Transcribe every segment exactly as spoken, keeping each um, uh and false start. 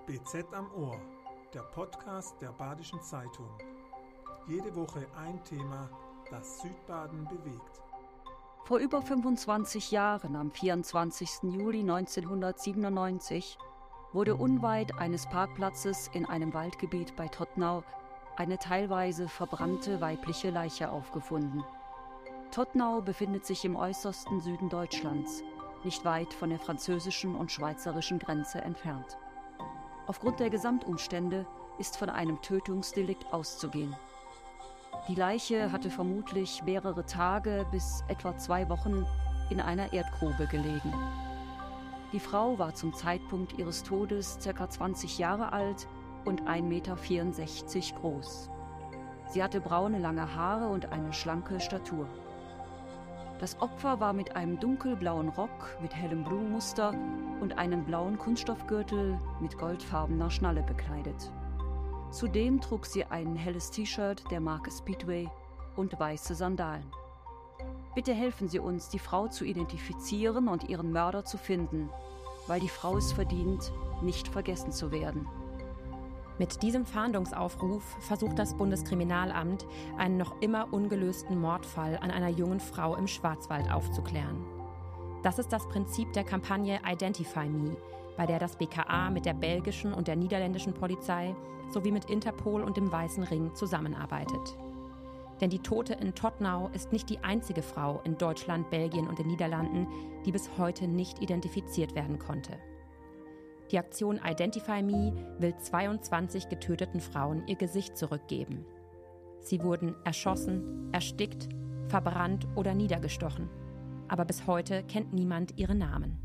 B Z am Ohr, der Podcast der Badischen Zeitung. Jede Woche ein Thema, das Südbaden bewegt. Vor über fünfundzwanzig Jahren, am vierundzwanzigsten Juli neunzehnhundertsiebenundneunzig, wurde unweit eines Parkplatzes in einem Waldgebiet bei Todtnau eine teilweise verbrannte weibliche Leiche aufgefunden. Todtnau befindet sich im äußersten Süden Deutschlands, nicht weit von der französischen und schweizerischen Grenze entfernt. Aufgrund der Gesamtumstände ist von einem Tötungsdelikt auszugehen. Die Leiche hatte vermutlich mehrere Tage bis etwa zwei Wochen in einer Erdgrube gelegen. Die Frau war zum Zeitpunkt ihres Todes ca. zwanzig Jahre alt und ein Meter vierundsechzig groß. Sie hatte braune lange Haare und eine schlanke Statur. Das Opfer war mit einem dunkelblauen Rock mit hellem Blumenmuster und einem blauen Kunststoffgürtel mit goldfarbener Schnalle bekleidet. Zudem trug sie ein helles T-Shirt der Marke Speedway und weiße Sandalen. Bitte helfen Sie uns, die Frau zu identifizieren und ihren Mörder zu finden, weil die Frau es verdient, nicht vergessen zu werden. Mit diesem Fahndungsaufruf versucht das Bundeskriminalamt, einen noch immer ungelösten Mordfall an einer jungen Frau im Schwarzwald aufzuklären. Das ist das Prinzip der Kampagne Identify Me, bei der das B K A mit der belgischen und der niederländischen Polizei sowie mit Interpol und dem Weißen Ring zusammenarbeitet. Denn die Tote in Todtnau ist nicht die einzige Frau in Deutschland, Belgien und den Niederlanden, die bis heute nicht identifiziert werden konnte. Die Aktion Identify Me will zweiundzwanzig getöteten Frauen ihr Gesicht zurückgeben. Sie wurden erschossen, erstickt, verbrannt oder niedergestochen. Aber bis heute kennt niemand ihre Namen.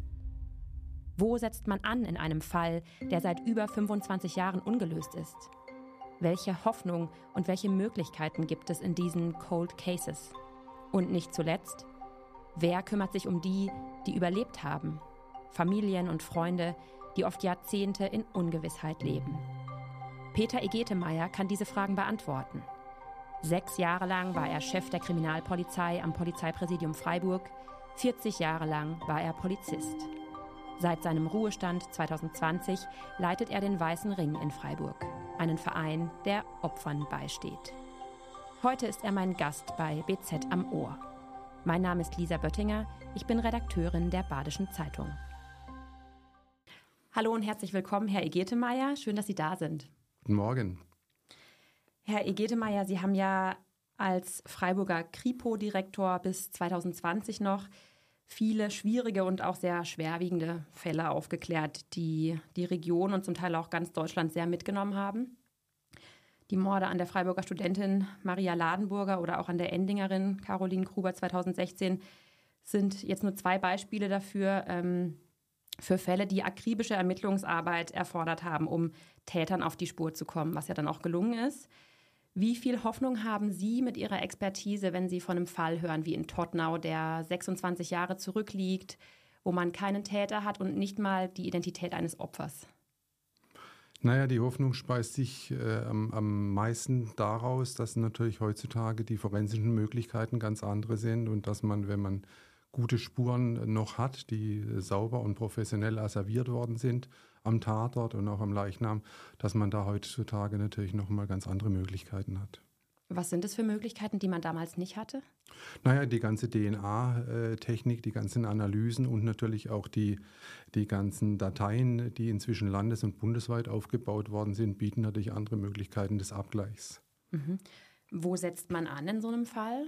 Wo setzt man an in einem Fall, der seit über fünfundzwanzig Jahren ungelöst ist? Welche Hoffnung und welche Möglichkeiten gibt es in diesen Cold Cases? Und nicht zuletzt, wer kümmert sich um die, die überlebt haben? Familien und Freunde, die oft Jahrzehnte in Ungewissheit leben. Peter Egetemeyer kann diese Fragen beantworten. Sechs Jahre lang war er Chef der Kriminalpolizei am Polizeipräsidium Freiburg, vierzig Jahre lang war er Polizist. Seit seinem Ruhestand zweitausendzwanzig leitet er den Weißen Ring in Freiburg, einen Verein, der Opfern beisteht. Heute ist er mein Gast bei B Z am Ohr. Mein Name ist Lisa Böttinger, ich bin Redakteurin der Badischen Zeitung. Hallo und herzlich willkommen, Herr Egetemeyer. Schön, dass Sie da sind. Guten Morgen. Herr Egetemeyer, Sie haben ja als Freiburger Kripo-Direktor bis zweitausendzwanzig noch viele schwierige und auch sehr schwerwiegende Fälle aufgeklärt, die die Region und zum Teil auch ganz Deutschland sehr mitgenommen haben. Die Morde an der Freiburger Studentin Maria Ladenburger oder auch an der Endingerin Caroline Gruber zweitausendsechzehn sind jetzt nur zwei Beispiele dafür, ähm, für Fälle, die akribische Ermittlungsarbeit erfordert haben, um Tätern auf die Spur zu kommen, was ja dann auch gelungen ist. Wie viel Hoffnung haben Sie mit Ihrer Expertise, wenn Sie von einem Fall hören wie in Todtnau, der sechsundzwanzig Jahre zurückliegt, wo man keinen Täter hat und nicht mal die Identität eines Opfers? Naja, die Hoffnung speist sich äh, am, am meisten daraus, dass natürlich heutzutage die forensischen Möglichkeiten ganz andere sind und dass man, wenn man gute Spuren noch hat, die sauber und professionell asserviert worden sind am Tatort und auch am Leichnam, dass man da heutzutage natürlich noch mal ganz andere Möglichkeiten hat. Was sind es für Möglichkeiten, die man damals nicht hatte? Naja, die ganze D N A-Technik, die ganzen Analysen und natürlich auch die, die ganzen Dateien, die inzwischen landes- und bundesweit aufgebaut worden sind, bieten natürlich andere Möglichkeiten des Abgleichs. Mhm. Wo setzt man an in so einem Fall?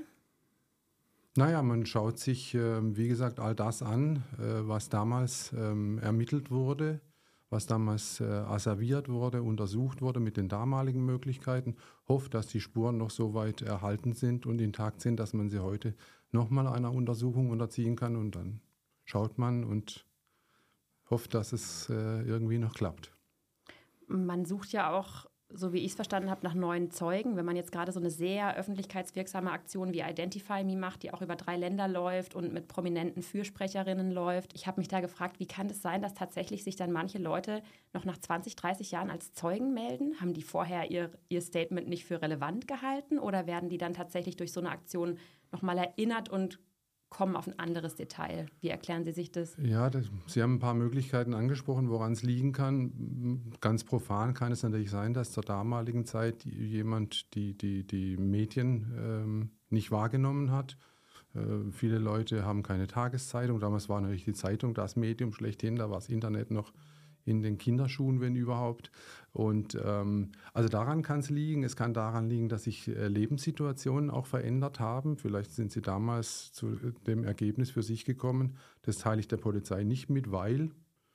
Naja, man schaut sich, wie gesagt, all das an, was damals ermittelt wurde, was damals asserviert wurde, untersucht wurde mit den damaligen Möglichkeiten, hofft, dass die Spuren noch so weit erhalten sind und intakt sind, dass man sie heute nochmal einer Untersuchung unterziehen kann und dann schaut man und hofft, dass es irgendwie noch klappt. Man sucht ja auch, so wie ich es verstanden habe, nach neuen Zeugen. Wenn man jetzt gerade so eine sehr öffentlichkeitswirksame Aktion wie Identify Me macht, die auch über drei Länder läuft und mit prominenten Fürsprecherinnen läuft. Ich habe mich da gefragt, wie kann es sein, dass tatsächlich sich dann manche Leute noch nach zwanzig, dreißig Jahren als Zeugen melden? Haben die vorher ihr, ihr Statement nicht für relevant gehalten oder werden die dann tatsächlich durch so eine Aktion nochmal erinnert und kommen auf ein anderes Detail. Wie erklären Sie sich das? Ja, das, Sie haben ein paar Möglichkeiten angesprochen, woran es liegen kann. Ganz profan kann es natürlich sein, dass zur damaligen Zeit jemand die, die, die Medien ähm, nicht wahrgenommen hat. Äh, viele Leute haben keine Tageszeitung. Damals war natürlich die Zeitung das Medium schlechthin. Da war das Internet noch in den Kinderschuhen, wenn überhaupt. Und ähm, also daran kann es liegen. Es kann daran liegen, dass sich äh, Lebenssituationen auch verändert haben. Vielleicht sind sie damals zu dem Ergebnis für sich gekommen. Das teile ich der Polizei nicht mit, weil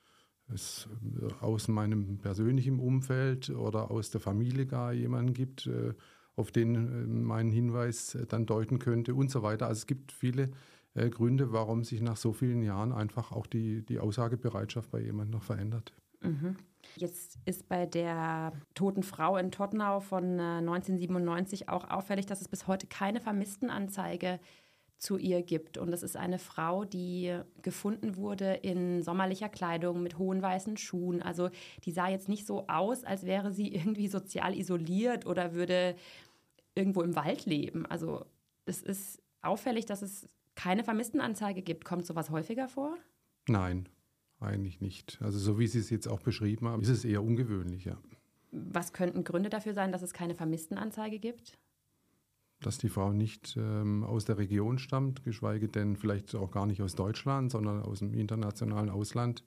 es äh, aus meinem persönlichen Umfeld oder aus der Familie gar jemanden gibt, äh, auf den äh, mein Hinweis äh, dann deuten könnte und so weiter. Also es gibt viele äh, Gründe, warum sich nach so vielen Jahren einfach auch die, die Aussagebereitschaft bei jemandem noch verändert. Mhm. Jetzt ist bei der toten Frau in Todtnau von äh, neunzehnhundertsiebenundneunzig auch auffällig, dass es bis heute keine Vermisstenanzeige zu ihr gibt. Und das ist eine Frau, die gefunden wurde in sommerlicher Kleidung mit hohen weißen Schuhen. Also die sah jetzt nicht so aus, als wäre sie irgendwie sozial isoliert oder würde irgendwo im Wald leben. Also es ist auffällig, dass es keine Vermisstenanzeige gibt. Kommt sowas häufiger vor? Nein, eigentlich nicht. Also so wie Sie es jetzt auch beschrieben haben, ist es eher ungewöhnlich, ja. Was könnten Gründe dafür sein, dass es keine Vermisstenanzeige gibt? Dass die Frau nicht ähm, aus der Region stammt, geschweige denn vielleicht auch gar nicht aus Deutschland, sondern aus dem internationalen Ausland.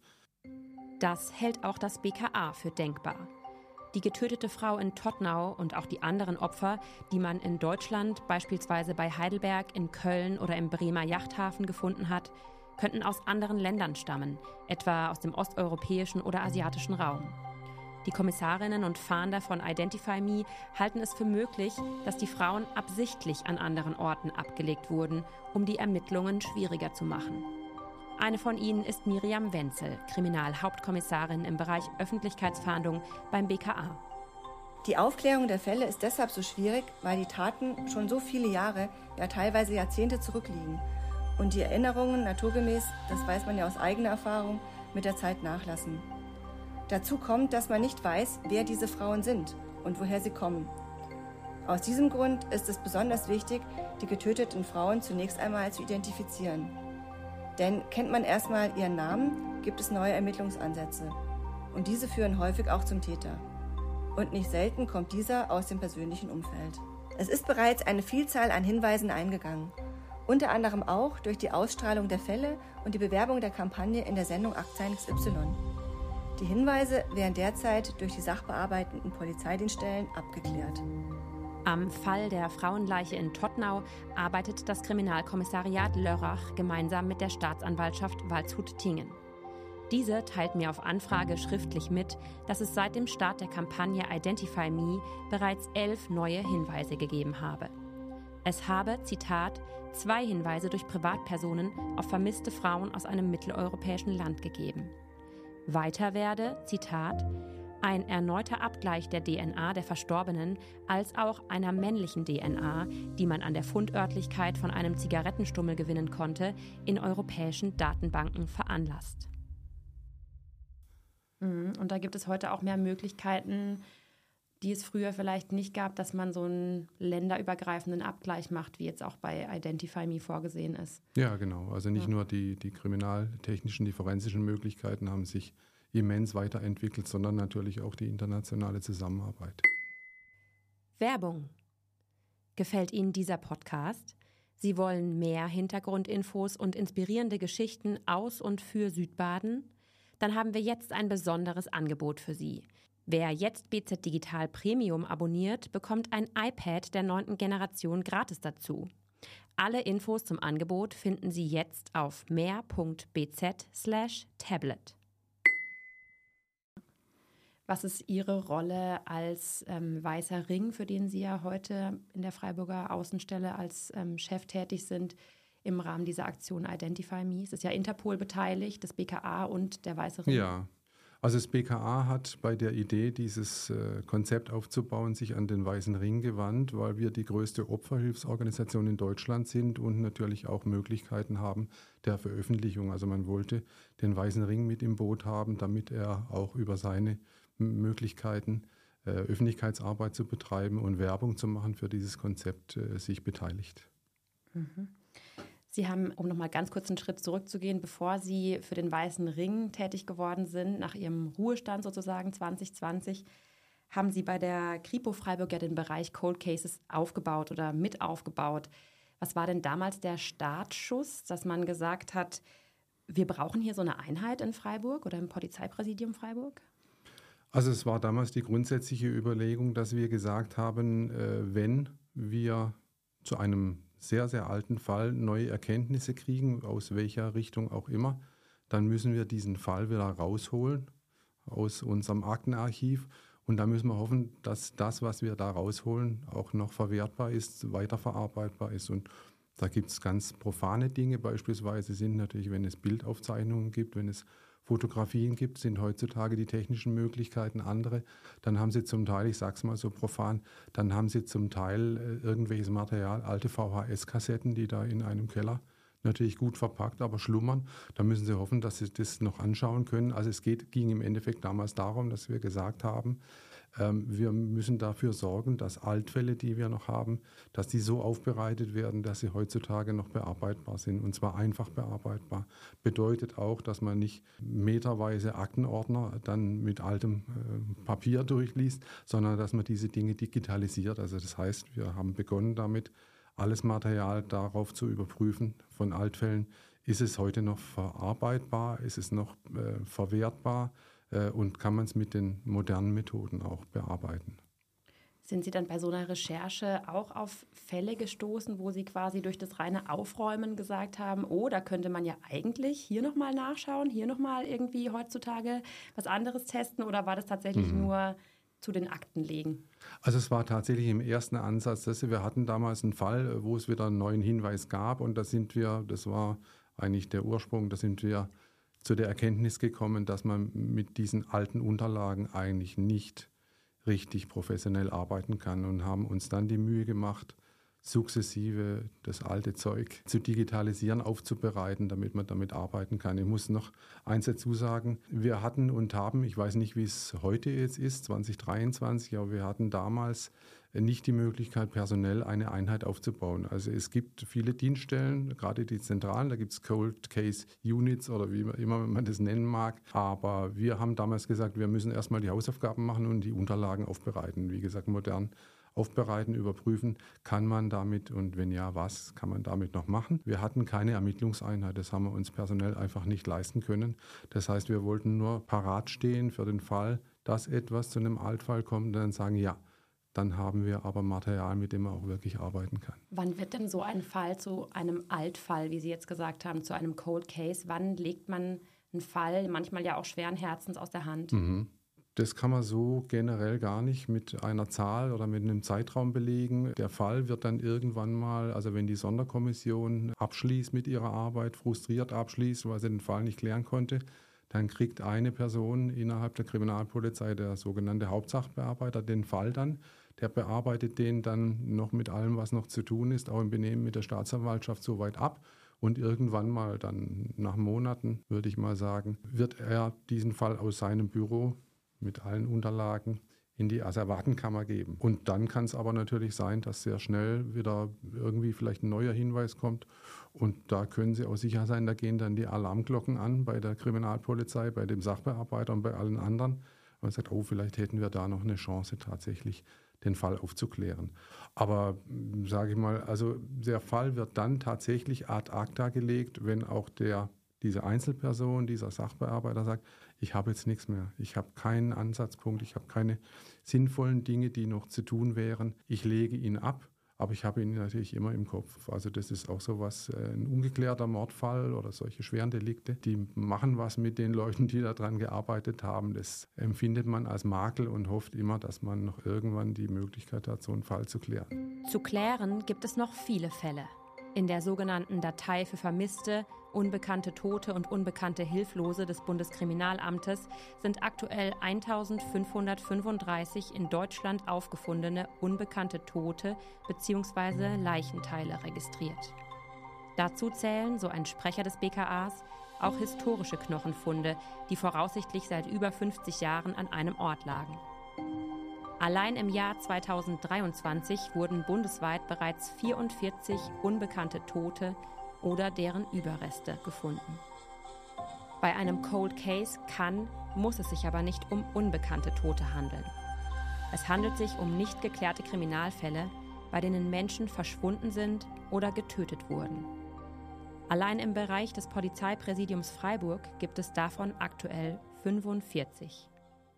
Das hält auch das B K A für denkbar. Die getötete Frau in Todtnau und auch die anderen Opfer, die man in Deutschland, beispielsweise bei Heidelberg, in Köln oder im Bremer Yachthafen gefunden hat, könnten aus anderen Ländern stammen, etwa aus dem osteuropäischen oder asiatischen Raum. Die Kommissarinnen und Fahnder von Identify Me halten es für möglich, dass die Frauen absichtlich an anderen Orten abgelegt wurden, um die Ermittlungen schwieriger zu machen. Eine von ihnen ist Miriam Wenzel, Kriminalhauptkommissarin im Bereich Öffentlichkeitsfahndung beim B K A. Die Aufklärung der Fälle ist deshalb so schwierig, weil die Taten schon so viele Jahre, ja teilweise Jahrzehnte zurückliegen und die Erinnerungen naturgemäß, das weiß man ja aus eigener Erfahrung, mit der Zeit nachlassen. Dazu kommt, dass man nicht weiß, wer diese Frauen sind und woher sie kommen. Aus diesem Grund ist es besonders wichtig, die getöteten Frauen zunächst einmal zu identifizieren. Denn kennt man erstmal ihren Namen, gibt es neue Ermittlungsansätze. Und diese führen häufig auch zum Täter. Und nicht selten kommt dieser aus dem persönlichen Umfeld. Es ist bereits eine Vielzahl an Hinweisen eingegangen. Unter anderem auch durch die Ausstrahlung der Fälle und die Bewerbung der Kampagne in der Sendung Aktzeichen X Y. Die Hinweise werden derzeit durch die sachbearbeitenden Polizeidienststellen abgeklärt. Am Fall der Frauenleiche in Todtnau arbeitet das Kriminalkommissariat Lörrach gemeinsam mit der Staatsanwaltschaft Waldshut-Tiengen. Diese teilt mir auf Anfrage schriftlich mit, dass es seit dem Start der Kampagne Identify Me bereits elf neue Hinweise gegeben habe. Es habe, Zitat, zwei Hinweise durch Privatpersonen auf vermisste Frauen aus einem mitteleuropäischen Land gegeben. Weiter werde, Zitat, ein erneuter Abgleich der D N A der Verstorbenen als auch einer männlichen D N A, die man an der Fundörtlichkeit von einem Zigarettenstummel gewinnen konnte, in europäischen Datenbanken veranlasst. Und da gibt es heute auch mehr Möglichkeiten, die es früher vielleicht nicht gab, dass man so einen länderübergreifenden Abgleich macht, wie jetzt auch bei Identify Me vorgesehen ist. Ja, genau. Also nicht ja. nur die, die kriminaltechnischen, die forensischen Möglichkeiten haben sich immens weiterentwickelt, sondern natürlich auch die internationale Zusammenarbeit. Werbung. Gefällt Ihnen dieser Podcast? Sie wollen mehr Hintergrundinfos und inspirierende Geschichten aus und für Südbaden? Dann haben wir jetzt ein besonderes Angebot für Sie. Wer jetzt B Z Digital Premium abonniert, bekommt ein iPad der neunten Generation gratis dazu. Alle Infos zum Angebot finden Sie jetzt auf mehr punkt b z slash tablet. Was ist Ihre Rolle als ähm, Weißer Ring, für den Sie ja heute in der Freiburger Außenstelle als ähm, Chef tätig sind, im Rahmen dieser Aktion Identify Me? Es ist ja Interpol beteiligt, das B K A und der Weiße Ring. Ja, also das B K A hat bei der Idee, dieses äh, Konzept aufzubauen, sich an den Weißen Ring gewandt, weil wir die größte Opferhilfsorganisation in Deutschland sind und natürlich auch Möglichkeiten haben der Veröffentlichung. Also man wollte den Weißen Ring mit im Boot haben, damit er auch über seine Möglichkeiten, äh, Öffentlichkeitsarbeit zu betreiben und Werbung zu machen für dieses Konzept, äh, sich beteiligt. Mhm. Sie haben, um nochmal ganz kurz einen Schritt zurückzugehen, bevor Sie für den Weißen Ring tätig geworden sind, nach Ihrem Ruhestand sozusagen zwanzig zwanzig, haben Sie bei der Kripo Freiburg ja den Bereich Cold Cases aufgebaut oder mit aufgebaut. Was war denn damals der Startschuss, dass man gesagt hat, wir brauchen hier so eine Einheit in Freiburg oder im Polizeipräsidium Freiburg? Also es war damals die grundsätzliche Überlegung, dass wir gesagt haben, äh, wenn wir zu einem sehr, sehr alten Fall neue Erkenntnisse kriegen, aus welcher Richtung auch immer, dann müssen wir diesen Fall wieder rausholen aus unserem Aktenarchiv. Und da müssen wir hoffen, dass das, was wir da rausholen, auch noch verwertbar ist, weiterverarbeitbar ist. Und da gibt es ganz profane Dinge beispielsweise, sind natürlich, wenn es Bildaufzeichnungen gibt, wenn es Fotografien gibt, sind heutzutage die technischen Möglichkeiten andere. Dann haben sie zum Teil, ich sage es mal so profan, dann haben sie zum Teil äh, irgendwelches Material, alte V H S-Kassetten, die da in einem Keller natürlich gut verpackt, aber schlummern. Da müssen sie hoffen, dass sie das noch anschauen können. Also es geht, ging im Endeffekt damals darum, dass wir gesagt haben, ähm, wir müssen dafür sorgen, dass Altfälle, die wir noch haben, dass die so aufbereitet werden, dass sie heutzutage noch bearbeitbar sind. Und zwar einfach bearbeitbar. Bedeutet auch, dass man nicht meterweise Aktenordner dann mit altem äh, Papier durchliest, sondern dass man diese Dinge digitalisiert. Also das heißt, wir haben begonnen damit, alles Material darauf zu überprüfen von Altfällen. Ist es heute noch verarbeitbar? Ist es noch äh, verwertbar? Äh, und kann man es mit den modernen Methoden auch bearbeiten? Sind Sie dann bei so einer Recherche auch auf Fälle gestoßen, wo Sie quasi durch das reine Aufräumen gesagt haben, oh, da könnte man ja eigentlich hier nochmal nachschauen, hier nochmal irgendwie heutzutage was anderes testen? Oder war das tatsächlich mhm. nur zu den Akten legen? Also es war tatsächlich im ersten Ansatz, dass wir hatten damals einen Fall, wo es wieder einen neuen Hinweis gab und da sind wir, das war eigentlich der Ursprung, da sind wir zu der Erkenntnis gekommen, dass man mit diesen alten Unterlagen eigentlich nicht richtig professionell arbeiten kann und haben uns dann die Mühe gemacht, sukzessive das alte Zeug zu digitalisieren, aufzubereiten, damit man damit arbeiten kann. Ich muss noch eins dazu sagen, wir hatten und haben, ich weiß nicht, wie es heute jetzt ist, zwanzig dreiundzwanzig, aber wir hatten damals nicht die Möglichkeit, personell eine Einheit aufzubauen. Also es gibt viele Dienststellen, gerade die Zentralen, da gibt es Cold Case Units oder wie immer man das nennen mag. Aber wir haben damals gesagt, wir müssen erstmal die Hausaufgaben machen und die Unterlagen aufbereiten. Wie gesagt, modern aufbereiten, überprüfen, kann man damit und wenn ja, was kann man damit noch machen? Wir hatten keine Ermittlungseinheit, das haben wir uns personell einfach nicht leisten können. Das heißt, wir wollten nur parat stehen für den Fall, dass etwas zu einem Altfall kommt und dann sagen, ja, dann haben wir aber Material, mit dem man auch wirklich arbeiten kann. Wann wird denn so ein Fall zu einem Altfall, wie Sie jetzt gesagt haben, zu einem Cold Case? Wann legt man einen Fall, manchmal ja auch schweren Herzens, aus der Hand? Mhm. Das kann man so generell gar nicht mit einer Zahl oder mit einem Zeitraum belegen. Der Fall wird dann irgendwann mal, also wenn die Sonderkommission abschließt mit ihrer Arbeit, frustriert abschließt, weil sie den Fall nicht klären konnte, dann kriegt eine Person innerhalb der Kriminalpolizei, der sogenannte Hauptsachbearbeiter, den Fall dann. Der bearbeitet den dann noch mit allem, was noch zu tun ist, auch im Benehmen mit der Staatsanwaltschaft soweit ab. Und irgendwann mal dann nach Monaten, würde ich mal sagen, wird er diesen Fall aus seinem Büro mit allen Unterlagen in die Asservatenkammer geben. Und dann kann es aber natürlich sein, dass sehr schnell wieder irgendwie vielleicht ein neuer Hinweis kommt. Und da können Sie auch sicher sein, da gehen dann die Alarmglocken an bei der Kriminalpolizei, bei dem Sachbearbeiter und bei allen anderen. Und man sagt, oh, vielleicht hätten wir da noch eine Chance, tatsächlich den Fall aufzuklären. Aber sage ich mal, also der Fall wird dann tatsächlich ad acta gelegt, wenn auch der diese Einzelperson, dieser Sachbearbeiter sagt, ich habe jetzt nichts mehr, ich habe keinen Ansatzpunkt, ich habe keine sinnvollen Dinge, die noch zu tun wären. Ich lege ihn ab, aber ich habe ihn natürlich immer im Kopf. Also das ist auch so was, ein ungeklärter Mordfall oder solche schweren Delikte, die machen was mit den Leuten, die daran gearbeitet haben. Das empfindet man als Makel und hofft immer, dass man noch irgendwann die Möglichkeit hat, so einen Fall zu klären. Zu klären gibt es noch viele Fälle. In der sogenannten Datei für Vermisste, unbekannte Tote und unbekannte Hilflose des Bundeskriminalamtes sind aktuell eintausendfünfhundertfünfunddreißig in Deutschland aufgefundene unbekannte Tote bzw. Leichenteile registriert. Dazu zählen, so ein Sprecher des B K As, auch historische Knochenfunde, die voraussichtlich seit über fünfzig Jahren an einem Ort lagen. Allein im Jahr zweitausenddreiundzwanzig wurden bundesweit bereits vierundvierzig unbekannte Tote oder deren Überreste gefunden. Bei einem Cold Case kann, muss es sich aber nicht um unbekannte Tote handeln. Es handelt sich um nicht geklärte Kriminalfälle, bei denen Menschen verschwunden sind oder getötet wurden. Allein im Bereich des Polizeipräsidiums Freiburg gibt es davon aktuell fünfundvierzig.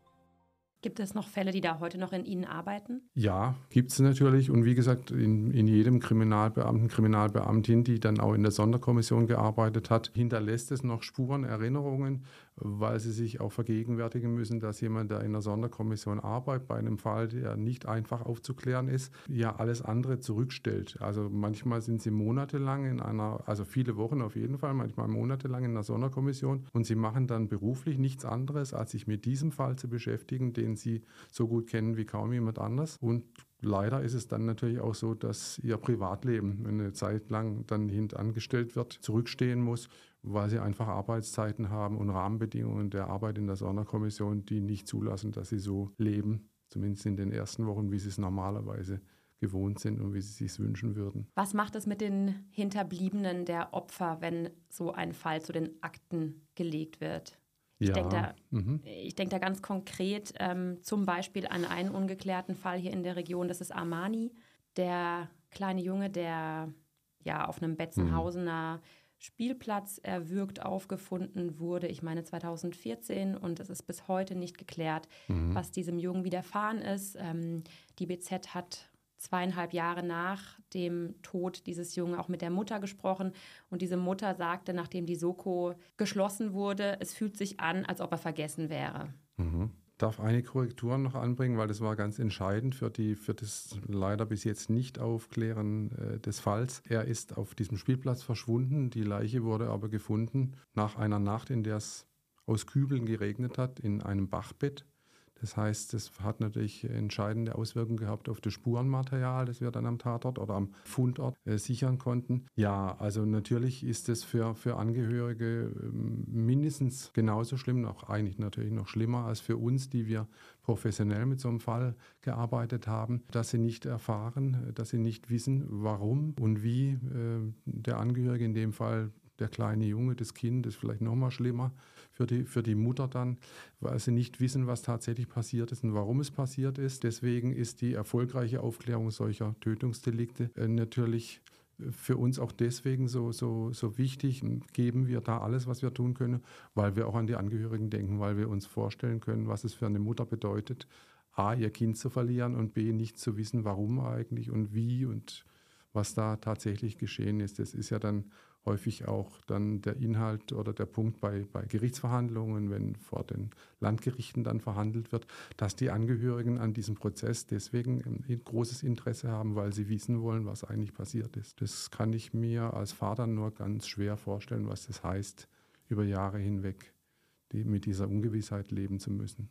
Gibt es noch Fälle, die da heute noch in Ihnen arbeiten? Ja, gibt es natürlich. Und wie gesagt, in, in jedem Kriminalbeamten, Kriminalbeamtin, die dann auch in der Sonderkommission gearbeitet hat, hinterlässt es noch Spuren, Erinnerungen, weil sie sich auch vergegenwärtigen müssen, dass jemand, der in der Sonderkommission arbeitet, bei einem Fall, der nicht einfach aufzuklären ist, ja alles andere zurückstellt. Also manchmal sind sie monatelang in einer, also viele Wochen auf jeden Fall, manchmal monatelang in einer Sonderkommission und sie machen dann beruflich nichts anderes, als sich mit diesem Fall zu beschäftigen, den sie so gut kennen wie kaum jemand anders. Und leider ist es dann natürlich auch so, dass ihr Privatleben eine Zeit lang dann hintangestellt wird, zurückstehen muss, weil sie einfach Arbeitszeiten haben und Rahmenbedingungen der Arbeit in der Sonderkommission, die nicht zulassen, dass sie so leben, zumindest in den ersten Wochen, wie sie es normalerweise gewohnt sind und wie sie es sich wünschen würden. Was macht es mit den Hinterbliebenen der Opfer, wenn so ein Fall zu den Akten gelegt wird? Ich Ja, denke da, mhm. ich denk da ganz konkret ähm, zum Beispiel an einen ungeklärten Fall hier in der Region. Das ist Armani, der kleine Junge, der ja auf einem Betzenhausener Spielplatz erwürgt aufgefunden wurde. Ich meine zweitausendvierzehn und es ist bis heute nicht geklärt, Mhm. was diesem Jungen widerfahren ist. Ähm, die B Z hat zweieinhalb Jahre nach dem Tod dieses Jungen auch mit der Mutter gesprochen. Und diese Mutter sagte, nachdem die Soko geschlossen wurde, es fühlt sich an, als ob er vergessen wäre. Mhm. Darf eine Korrektur noch anbringen, weil das war ganz entscheidend für, die, für das leider bis jetzt nicht Aufklären äh, des Falls. Er ist auf diesem Spielplatz verschwunden, die Leiche wurde aber gefunden nach einer Nacht, in der es aus Kübeln geregnet hat, in einem Bachbett. Das heißt, das hat natürlich entscheidende Auswirkungen gehabt auf das Spurenmaterial, das wir dann am Tatort oder am Fundort äh, sichern konnten. Ja, also natürlich ist es für, für Angehörige ähm, mindestens genauso schlimm, auch eigentlich natürlich noch schlimmer als für uns, die wir professionell mit so einem Fall gearbeitet haben, dass sie nicht erfahren, dass sie nicht wissen, warum und wie äh, der Angehörige, in dem Fall der kleine Junge, das Kind, ist vielleicht noch mal schlimmer für die, für die Mutter dann, weil sie nicht wissen, was tatsächlich passiert ist und warum es passiert ist. Deswegen ist die erfolgreiche Aufklärung solcher Tötungsdelikte äh, natürlich für uns auch deswegen so, so, so wichtig. Geben wir da alles, was wir tun können, weil wir auch an die Angehörigen denken, weil wir uns vorstellen können, was es für eine Mutter bedeutet, A, ihr Kind zu verlieren und B, nicht zu wissen, warum eigentlich und wie und was da tatsächlich geschehen ist. Das ist ja dann häufig auch dann der Inhalt oder der Punkt bei, bei Gerichtsverhandlungen, wenn vor den Landgerichten dann verhandelt wird, dass die Angehörigen an diesem Prozess deswegen ein großes Interesse haben, weil sie wissen wollen, was eigentlich passiert ist. Das kann ich mir als Vater nur ganz schwer vorstellen, was das heißt, über Jahre hinweg die, mit dieser Ungewissheit leben zu müssen.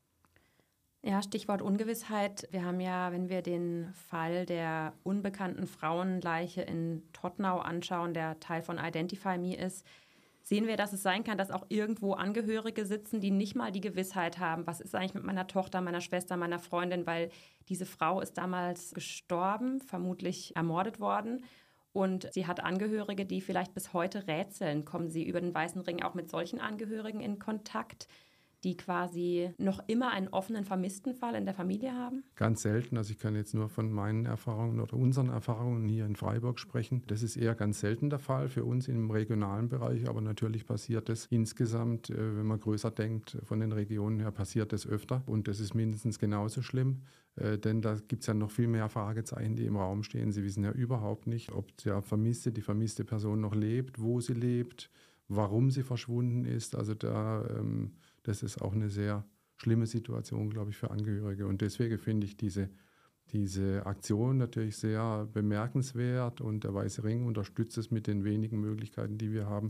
Ja, Stichwort Ungewissheit. Wir haben ja, wenn wir den Fall der unbekannten Frauenleiche in Todtnau anschauen, der Teil von Identify Me ist, sehen wir, dass es sein kann, dass auch irgendwo Angehörige sitzen, die nicht mal die Gewissheit haben, was ist eigentlich mit meiner Tochter, meiner Schwester, meiner Freundin, weil diese Frau ist damals gestorben, vermutlich ermordet worden. Und sie hat Angehörige, die vielleicht bis heute rätseln. Kommen Sie über den Weißen Ring auch mit solchen Angehörigen in Kontakt, die quasi noch immer einen offenen Vermisstenfall in der Familie haben? Ganz selten. Also ich kann jetzt nur von meinen Erfahrungen oder unseren Erfahrungen hier in Freiburg sprechen. Das ist eher ganz selten der Fall für uns im regionalen Bereich, aber natürlich passiert es insgesamt, wenn man größer denkt, von den Regionen her passiert es öfter und das ist mindestens genauso schlimm, denn da gibt es ja noch viel mehr Fragezeichen, die im Raum stehen. Sie wissen ja überhaupt nicht, ob der Vermisste, die vermisste Person noch lebt, wo sie lebt, warum sie verschwunden ist. Also da ähm, das ist auch eine sehr schlimme Situation, glaube ich, für Angehörige. Und deswegen finde ich diese, diese Aktion natürlich sehr bemerkenswert und der Weiße Ring unterstützt es mit den wenigen Möglichkeiten, die wir haben,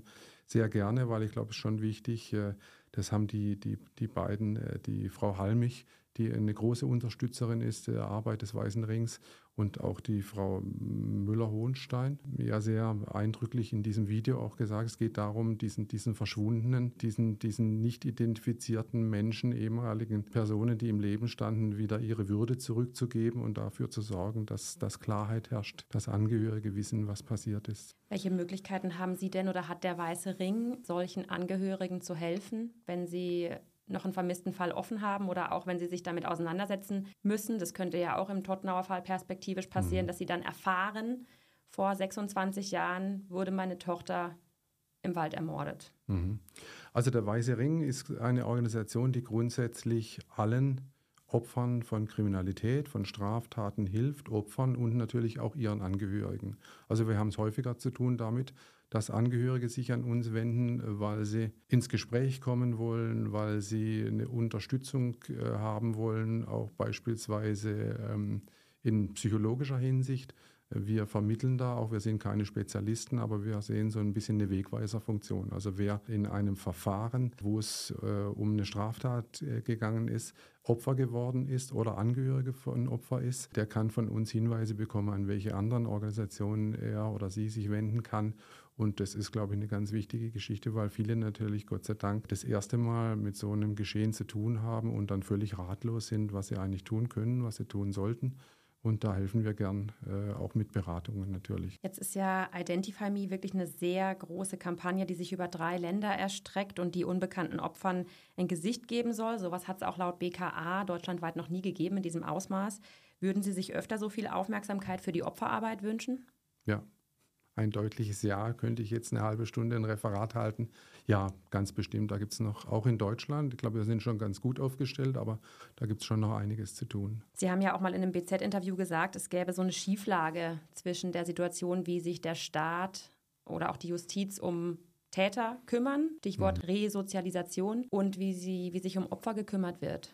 sehr gerne, weil ich glaube, es ist schon wichtig, das haben die, die, die beiden, die Frau Halmich, die eine große Unterstützerin ist der Arbeit des Weißen Rings, und auch die Frau Müller-Hohenstein, ja sehr eindrücklich in diesem Video auch gesagt, es geht darum, diesen, diesen verschwundenen, diesen, diesen nicht identifizierten Menschen, ehemaligen Personen, die im Leben standen, wieder ihre Würde zurückzugeben und dafür zu sorgen, dass, dass Klarheit herrscht, dass Angehörige wissen, was passiert ist. Welche Möglichkeiten haben Sie denn oder hat der Weiße Ring, solchen Angehörigen zu helfen, wenn sie noch einen vermissten Fall offen haben oder auch wenn sie sich damit auseinandersetzen müssen? Das könnte ja auch im Todtnauer Fall perspektivisch passieren, mhm. dass sie dann erfahren, vor sechsundzwanzig Jahren wurde meine Tochter im Wald ermordet. Mhm. Also der Weiße Ring ist eine Organisation, die grundsätzlich allen Opfern von Kriminalität, von Straftaten hilft, Opfern und natürlich auch ihren Angehörigen. Also wir haben es häufiger zu tun damit, dass Angehörige sich an uns wenden, weil sie ins Gespräch kommen wollen, weil sie eine Unterstützung äh, haben wollen, auch beispielsweise ähm, in psychologischer Hinsicht. Wir vermitteln da auch, wir sind keine Spezialisten, aber wir sehen so ein bisschen eine Wegweiserfunktion. Also wer in einem Verfahren, wo es äh, um eine Straftat äh, gegangen ist, Opfer geworden ist oder Angehörige von Opfer ist, der kann von uns Hinweise bekommen, an welche anderen Organisationen er oder sie sich wenden kann. Und das ist, glaube ich, eine ganz wichtige Geschichte, weil viele natürlich, Gott sei Dank, das erste Mal mit so einem Geschehen zu tun haben und dann völlig ratlos sind, was sie eigentlich tun können, was sie tun sollten. Und da helfen wir gern, äh, auch mit Beratungen natürlich. Jetzt ist ja Identify Me wirklich eine sehr große Kampagne, die sich über drei Länder erstreckt und die unbekannten Opfern ein Gesicht geben soll. Sowas hat es auch laut B K A deutschlandweit noch nie gegeben in diesem Ausmaß. Würden Sie sich öfter so viel Aufmerksamkeit für die Opferarbeit wünschen? Ja. Ein deutliches Ja, könnte ich jetzt eine halbe Stunde ein Referat halten. Ja, ganz bestimmt. Da gibt es noch, auch in Deutschland, ich glaube, wir sind schon ganz gut aufgestellt, aber da gibt es schon noch einiges zu tun. Sie haben ja auch mal in einem B Z-Interview gesagt, es gäbe so eine Schieflage zwischen der Situation, wie sich der Staat oder auch die Justiz um Täter kümmern, Stichwort mhm. Resozialisation, und wie, sie, wie sich um Opfer gekümmert wird.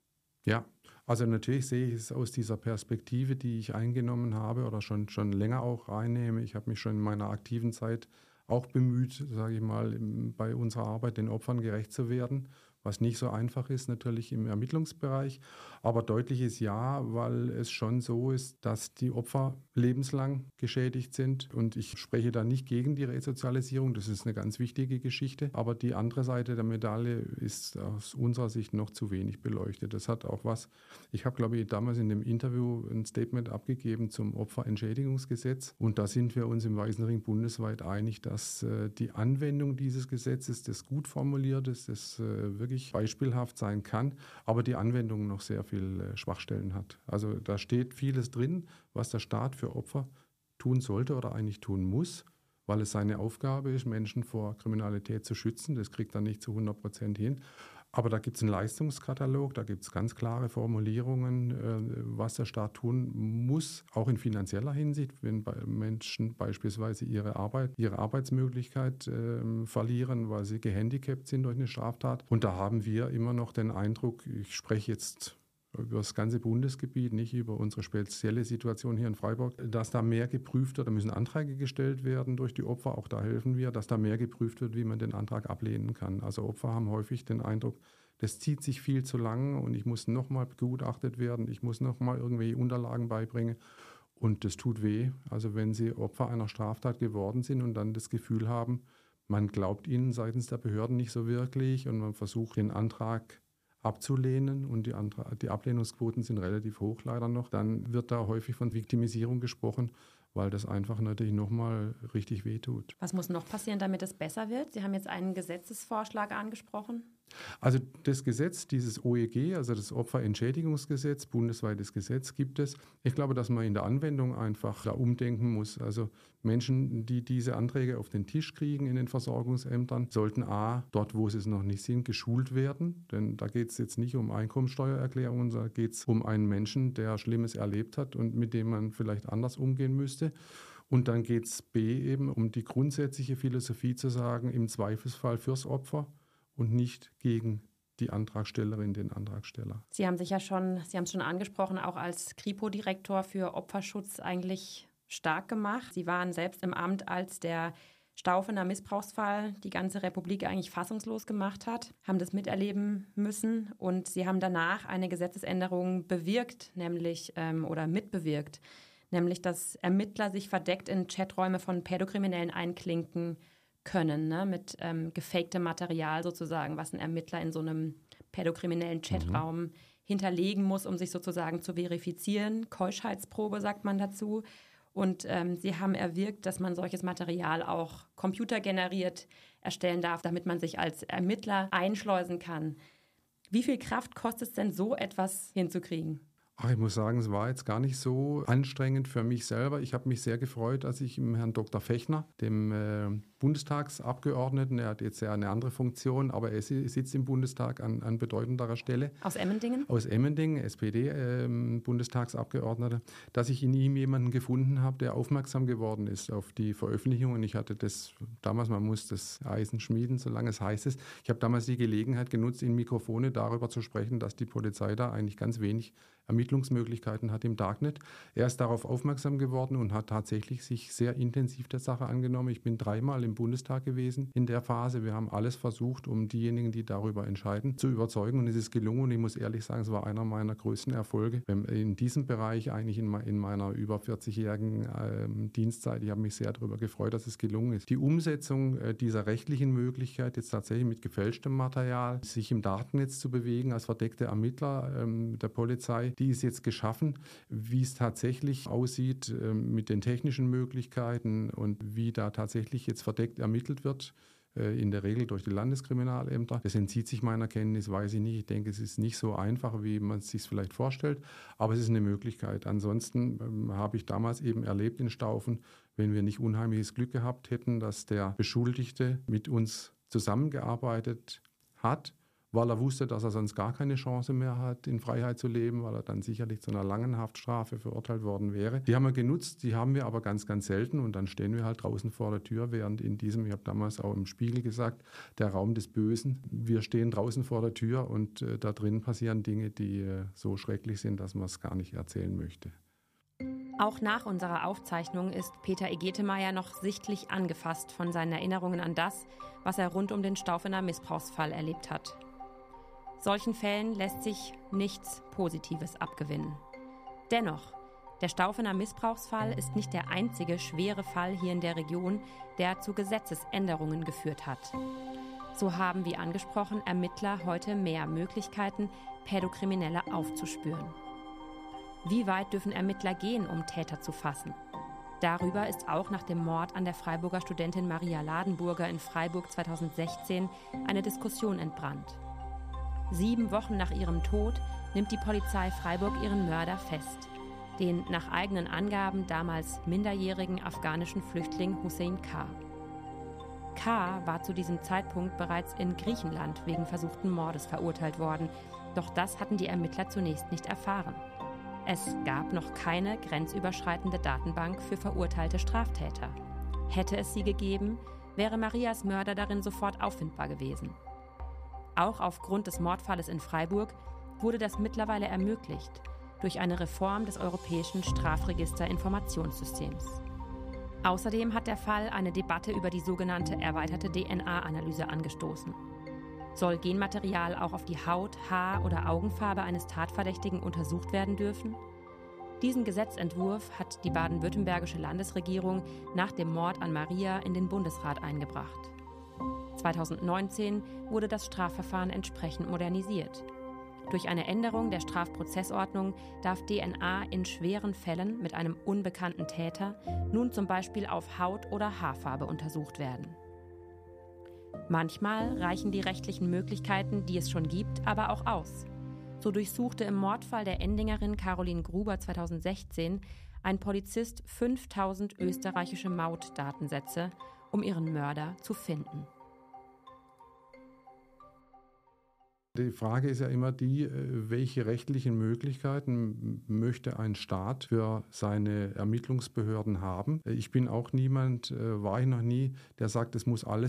Ja, also natürlich sehe ich es aus dieser Perspektive, die ich eingenommen habe oder schon, schon länger auch einnehme. Ich habe mich schon in meiner aktiven Zeit auch bemüht, sage ich mal, bei unserer Arbeit den Opfern gerecht zu werden, was nicht so einfach ist natürlich im Ermittlungsbereich, aber deutliches Ja, weil es schon so ist, dass die Opfer lebenslang geschädigt sind, und ich spreche da nicht gegen die Resozialisierung, das ist eine ganz wichtige Geschichte, aber die andere Seite der Medaille ist aus unserer Sicht noch zu wenig beleuchtet. Das hat auch was, ich habe glaube ich damals in dem Interview ein Statement abgegeben zum Opferentschädigungsgesetz, und da sind wir uns im Weißen Ring bundesweit einig, dass äh, die Anwendung dieses Gesetzes, das gut formuliert ist, das äh, wirklich beispielhaft sein kann, aber die Anwendung noch sehr viel äh, Schwachstellen hat. Also da steht vieles drin, was der Staat für Opfer tun sollte oder eigentlich tun muss, weil es seine Aufgabe ist, Menschen vor Kriminalität zu schützen. Das kriegt er nicht zu hundert Prozent hin. Aber da gibt es einen Leistungskatalog, da gibt es ganz klare Formulierungen, äh, was der Staat tun muss, auch in finanzieller Hinsicht, wenn Menschen beispielsweise ihre Arbeit, ihre Arbeitsmöglichkeit äh, verlieren, weil sie gehandicapt sind durch eine Straftat. Und da haben wir immer noch den Eindruck, ich spreche jetzt über das ganze Bundesgebiet, nicht über unsere spezielle Situation hier in Freiburg, dass da mehr geprüft wird, da müssen Anträge gestellt werden durch die Opfer, auch da helfen wir, dass da mehr geprüft wird, wie man den Antrag ablehnen kann. Also Opfer haben häufig den Eindruck, das zieht sich viel zu lang und ich muss nochmal begutachtet werden, ich muss nochmal irgendwelche Unterlagen beibringen, und das tut weh. Also wenn sie Opfer einer Straftat geworden sind und dann das Gefühl haben, man glaubt ihnen seitens der Behörden nicht so wirklich und man versucht den Antrag abzulehnen, und die, Antra- die Ablehnungsquoten sind relativ hoch leider noch, dann wird da häufig von Viktimisierung gesprochen, weil das einfach natürlich nochmal richtig wehtut. Was muss noch passieren, damit es besser wird? Sie haben jetzt einen Gesetzesvorschlag angesprochen. Also das Gesetz, dieses O E G, also das Opferentschädigungsgesetz, bundesweites Gesetz gibt es. Ich glaube, dass man in der Anwendung einfach da umdenken muss. Also Menschen, die diese Anträge auf den Tisch kriegen in den Versorgungsämtern, sollten a, dort wo sie es noch nicht sind, geschult werden. Denn da geht es jetzt nicht um Einkommensteuererklärungen, sondern geht es um einen Menschen, der Schlimmes erlebt hat und mit dem man vielleicht anders umgehen müsste. Und dann geht es b, eben um die grundsätzliche Philosophie zu sagen, im Zweifelsfall fürs Opfer und nicht gegen die Antragstellerin, den Antragsteller. Sie haben sich ja schon, Sie haben es schon angesprochen, auch als Kripo-Direktor für Opferschutz eigentlich stark gemacht. Sie waren selbst im Amt, als der Staufener Missbrauchsfall die ganze Republik eigentlich fassungslos gemacht hat, haben das miterleben müssen und sie haben danach eine Gesetzesänderung bewirkt, nämlich ähm, oder mitbewirkt, nämlich dass Ermittler sich verdeckt in Chaträume von Pädokriminellen einklinken können, ne, mit ähm, gefaktem Material sozusagen, was ein Ermittler in so einem pädokriminellen Chatraum mhm. hinterlegen muss, um sich sozusagen zu verifizieren. Keuschheitsprobe sagt man dazu. Und ähm, sie haben erwirkt, dass man solches Material auch computergeneriert erstellen darf, damit man sich als Ermittler einschleusen kann. Wie viel Kraft kostet es denn, so etwas hinzukriegen? Ach, ich muss sagen, es war jetzt gar nicht so anstrengend für mich selber. Ich habe mich sehr gefreut, als ich im Herrn Doktor Fechner, dem äh, Bundestagsabgeordneten, er hat jetzt ja eine andere Funktion, aber er sitzt im Bundestag an, an bedeutenderer Stelle. Aus Emmendingen? Aus Emmendingen, S P D-Bundestagsabgeordneter, äh, dass ich in ihm jemanden gefunden habe, der aufmerksam geworden ist auf die Veröffentlichung. Und ich hatte das damals, man muss das Eisen schmieden, solange es heiß ist. Ich habe damals die Gelegenheit genutzt, in Mikrofone darüber zu sprechen, dass die Polizei da eigentlich ganz wenig Ermittlungsmöglichkeiten hat im Darknet. Er ist darauf aufmerksam geworden und hat tatsächlich sich sehr intensiv der Sache angenommen. Ich bin dreimal im Bundestag gewesen in der Phase. Wir haben alles versucht, um diejenigen, die darüber entscheiden, zu überzeugen. Und es ist gelungen. Und ich muss ehrlich sagen, es war einer meiner größten Erfolge. In diesem Bereich, eigentlich in meiner über vierzigjährigen ähm, Dienstzeit, ich habe mich sehr darüber gefreut, dass es gelungen ist. Die Umsetzung äh, dieser rechtlichen Möglichkeit, jetzt tatsächlich mit gefälschtem Material, sich im Darknetz zu bewegen als verdeckte Ermittler ähm, der Polizei, die ist jetzt geschaffen. Wie es tatsächlich aussieht äh, mit den technischen Möglichkeiten und wie da tatsächlich jetzt verdeckt ermittelt wird, äh, in der Regel durch die Landeskriminalämter, das entzieht sich meiner Kenntnis, weiß ich nicht. Ich denke, es ist nicht so einfach, wie man es sich vielleicht vorstellt, aber es ist eine Möglichkeit. Ansonsten ähm, habe ich damals eben erlebt in Staufen, wenn wir nicht unheimliches Glück gehabt hätten, dass der Beschuldigte mit uns zusammengearbeitet hat, weil er wusste, dass er sonst gar keine Chance mehr hat, in Freiheit zu leben, weil er dann sicherlich zu einer langen Haftstrafe verurteilt worden wäre. Die haben wir genutzt, die haben wir aber ganz, ganz selten und dann stehen wir halt draußen vor der Tür, während in diesem, ich habe damals auch im Spiegel gesagt, der Raum des Bösen, wir stehen draußen vor der Tür und äh, da drin passieren Dinge, die äh, so schrecklich sind, dass man es gar nicht erzählen möchte. Auch nach unserer Aufzeichnung ist Peter Egetemeyer noch sichtlich angefasst von seinen Erinnerungen an das, was er rund um den Staufener Missbrauchsfall erlebt hat. Solchen Fällen lässt sich nichts Positives abgewinnen. Dennoch, der Staufener Missbrauchsfall ist nicht der einzige schwere Fall hier in der Region, der zu Gesetzesänderungen geführt hat. So haben, wie angesprochen, Ermittler heute mehr Möglichkeiten, Pädokriminelle aufzuspüren. Wie weit dürfen Ermittler gehen, um Täter zu fassen? Darüber ist auch nach dem Mord an der Freiburger Studentin Maria Ladenburger in Freiburg zweitausendsechzehn eine Diskussion entbrannt. Sieben Wochen nach ihrem Tod nimmt die Polizei Freiburg ihren Mörder fest, den nach eigenen Angaben damals minderjährigen afghanischen Flüchtling Hussein K. K. war zu diesem Zeitpunkt bereits in Griechenland wegen versuchten Mordes verurteilt worden, doch das hatten die Ermittler zunächst nicht erfahren. Es gab noch keine grenzüberschreitende Datenbank für verurteilte Straftäter. Hätte es sie gegeben, wäre Marias Mörder darin sofort auffindbar gewesen. Auch aufgrund des Mordfalles in Freiburg wurde das mittlerweile ermöglicht durch eine Reform des europäischen Strafregister-Informationssystems. Außerdem hat der Fall eine Debatte über die sogenannte erweiterte D N A-Analyse angestoßen. Soll Genmaterial auch auf die Haut, Haar- oder Augenfarbe eines Tatverdächtigen untersucht werden dürfen? Diesen Gesetzentwurf hat die baden-württembergische Landesregierung nach dem Mord an Maria in den Bundesrat eingebracht. zweitausendneunzehn wurde das Strafverfahren entsprechend modernisiert. Durch eine Änderung der Strafprozessordnung darf D N A in schweren Fällen mit einem unbekannten Täter nun zum Beispiel auf Haut- oder Haarfarbe untersucht werden. Manchmal reichen die rechtlichen Möglichkeiten, die es schon gibt, aber auch aus. So durchsuchte im Mordfall der Endingerin Caroline Gruber zweitausendsechzehn ein Polizist fünftausend österreichische Mautdatensätze, um ihren Mörder zu finden. Die Frage ist ja immer die, welche rechtlichen Möglichkeiten möchte ein Staat für seine Ermittlungsbehörden haben. Ich bin auch niemand, war ich noch nie, der sagt, es muss alles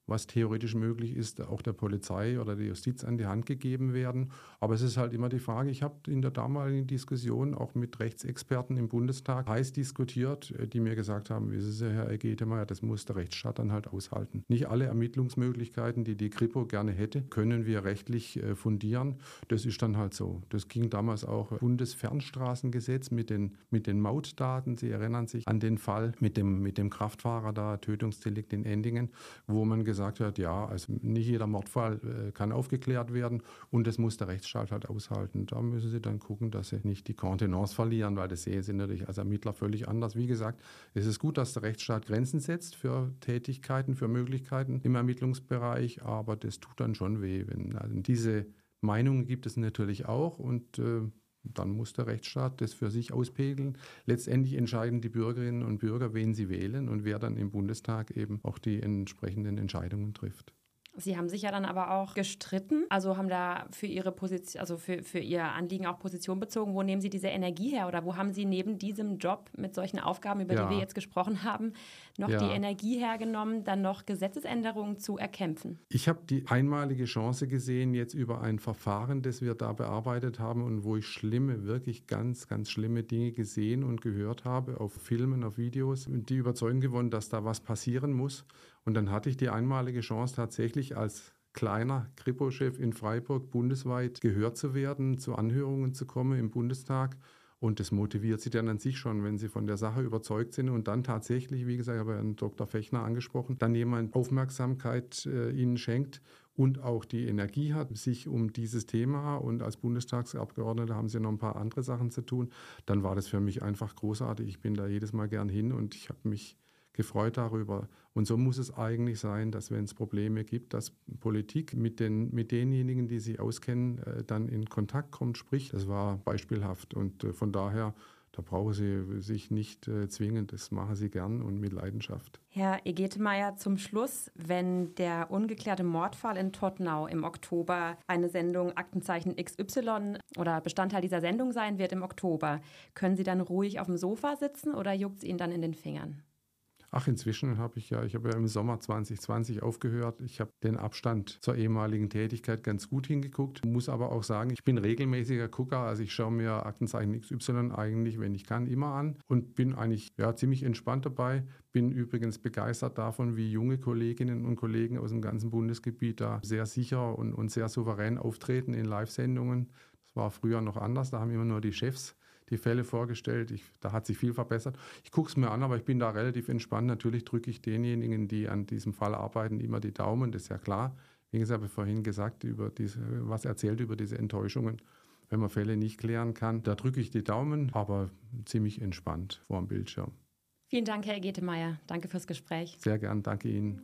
was theoretisch möglich ist, auch der Polizei oder der Justiz an die Hand gegeben werden. Aber es ist halt immer die Frage, ich habe in der damaligen Diskussion auch mit Rechtsexperten im Bundestag heiß diskutiert, die mir gesagt haben, wissen Sie, Herr Egetemeyer, das muss der Rechtsstaat dann halt aushalten. Nicht alle Ermittlungsmöglichkeiten, die die Kripo gerne hätte, können wir rechtlich äh, fundieren. Das ist dann halt so. Das ging damals auch Bundesfernstraßengesetz mit den, mit den Mautdaten. Sie erinnern sich an den Fall mit dem, mit dem Kraftfahrer da, Tötungsdelikt in Endingen, wo man gesagt gesagt hat, ja, also nicht jeder Mordfall äh, kann aufgeklärt werden und das muss der Rechtsstaat halt aushalten. Da müssen Sie dann gucken, dass Sie nicht die Kontenance verlieren, weil das sehen Sie natürlich als Ermittler völlig anders. Wie gesagt, es ist gut, dass der Rechtsstaat Grenzen setzt für Tätigkeiten, für Möglichkeiten im Ermittlungsbereich, aber das tut dann schon weh. Wenn, also diese Meinungen gibt es natürlich auch und äh, dann muss der Rechtsstaat das für sich auspegeln. Letztendlich entscheiden die Bürgerinnen und Bürger, wen sie wählen und wer dann im Bundestag eben auch die entsprechenden Entscheidungen trifft. Sie haben sich ja dann aber auch gestritten, also haben da für Ihre Position, also für, für Ihr Anliegen auch Position bezogen. Wo nehmen Sie diese Energie her oder wo haben Sie neben diesem Job mit solchen Aufgaben, über ja. die wir jetzt gesprochen haben, noch ja. die Energie hergenommen, dann noch Gesetzesänderungen zu erkämpfen? Ich habe die einmalige Chance gesehen, jetzt über ein Verfahren, das wir da bearbeitet haben und wo ich schlimme, wirklich ganz, ganz schlimme Dinge gesehen und gehört habe, auf Filmen, auf Videos, und die Überzeugung gewonnen, dass da was passieren muss. Und dann hatte ich die einmalige Chance, tatsächlich als kleiner Kripo-Chef in Freiburg bundesweit gehört zu werden, zu Anhörungen zu kommen im Bundestag. Und das motiviert Sie dann an sich schon, wenn Sie von der Sache überzeugt sind und dann tatsächlich, wie gesagt, ich habe Herrn Doktor Fechner angesprochen, dann jemand Aufmerksamkeit äh, Ihnen schenkt und auch die Energie hat, sich um dieses Thema, und als Bundestagsabgeordneter haben Sie noch ein paar andere Sachen zu tun, dann war das für mich einfach großartig. Ich bin da jedes Mal gern hin und ich habe mich gefreut darüber. Und so muss es eigentlich sein, dass wenn es Probleme gibt, dass Politik mit, den, mit denjenigen, die sich auskennen, äh, dann in Kontakt kommt, spricht. Das war beispielhaft. Und äh, von daher, da brauchen Sie sich nicht äh, zwingen. Das machen Sie gern und mit Leidenschaft. Herr Egetemeyer, zum Schluss, wenn der ungeklärte Mordfall in Todtnau im Oktober eine Sendung Aktenzeichen X Y oder Bestandteil dieser Sendung sein wird im Oktober, können Sie dann ruhig auf dem Sofa sitzen oder juckt es Ihnen dann in den Fingern? Ach, inzwischen habe ich ja, ich habe ja im Sommer zwanzig zwanzig aufgehört. Ich habe den Abstand zur ehemaligen Tätigkeit ganz gut hingeguckt. Muss aber auch sagen, ich bin regelmäßiger Gucker. Also ich schaue mir Aktenzeichen X Y eigentlich, wenn ich kann, immer an und bin eigentlich ja, ziemlich entspannt dabei. Bin übrigens begeistert davon, wie junge Kolleginnen und Kollegen aus dem ganzen Bundesgebiet da sehr sicher und, und sehr souverän auftreten in Live-Sendungen. Das war früher noch anders, da haben immer nur die Chefs die Fälle vorgestellt. Ich, da hat sich viel verbessert. Ich gucke es mir an, aber ich bin da relativ entspannt. Natürlich drücke ich denjenigen, die an diesem Fall arbeiten, immer die Daumen. Das ist ja klar. Wie gesagt, habe ich vorhin gesagt, über diese, was erzählt über diese Enttäuschungen, wenn man Fälle nicht klären kann. Da drücke ich die Daumen, aber ziemlich entspannt vor dem Bildschirm. Vielen Dank, Herr Egetemeyer. Danke fürs Gespräch. Sehr gern, danke Ihnen.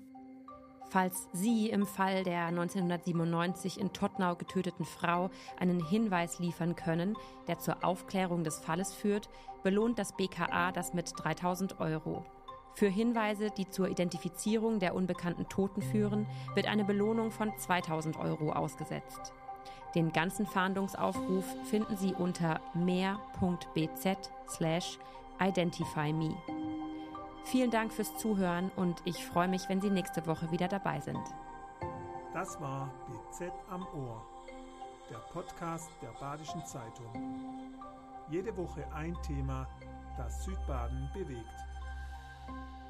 Falls Sie im Fall der neunzehnhundertsiebenundneunzig in Todtnau getöteten Frau einen Hinweis liefern können, der zur Aufklärung des Falles führt, belohnt das B K A das mit dreitausend Euro. Für Hinweise, die zur Identifizierung der unbekannten Toten führen, wird eine Belohnung von zweitausend Euro ausgesetzt. Den ganzen Fahndungsaufruf finden Sie unter mehr.bz slash identifyme. Vielen Dank fürs Zuhören und ich freue mich, wenn Sie nächste Woche wieder dabei sind. Das war B Z am Ohr, der Podcast der Badischen Zeitung. Jede Woche ein Thema, das Südbaden bewegt.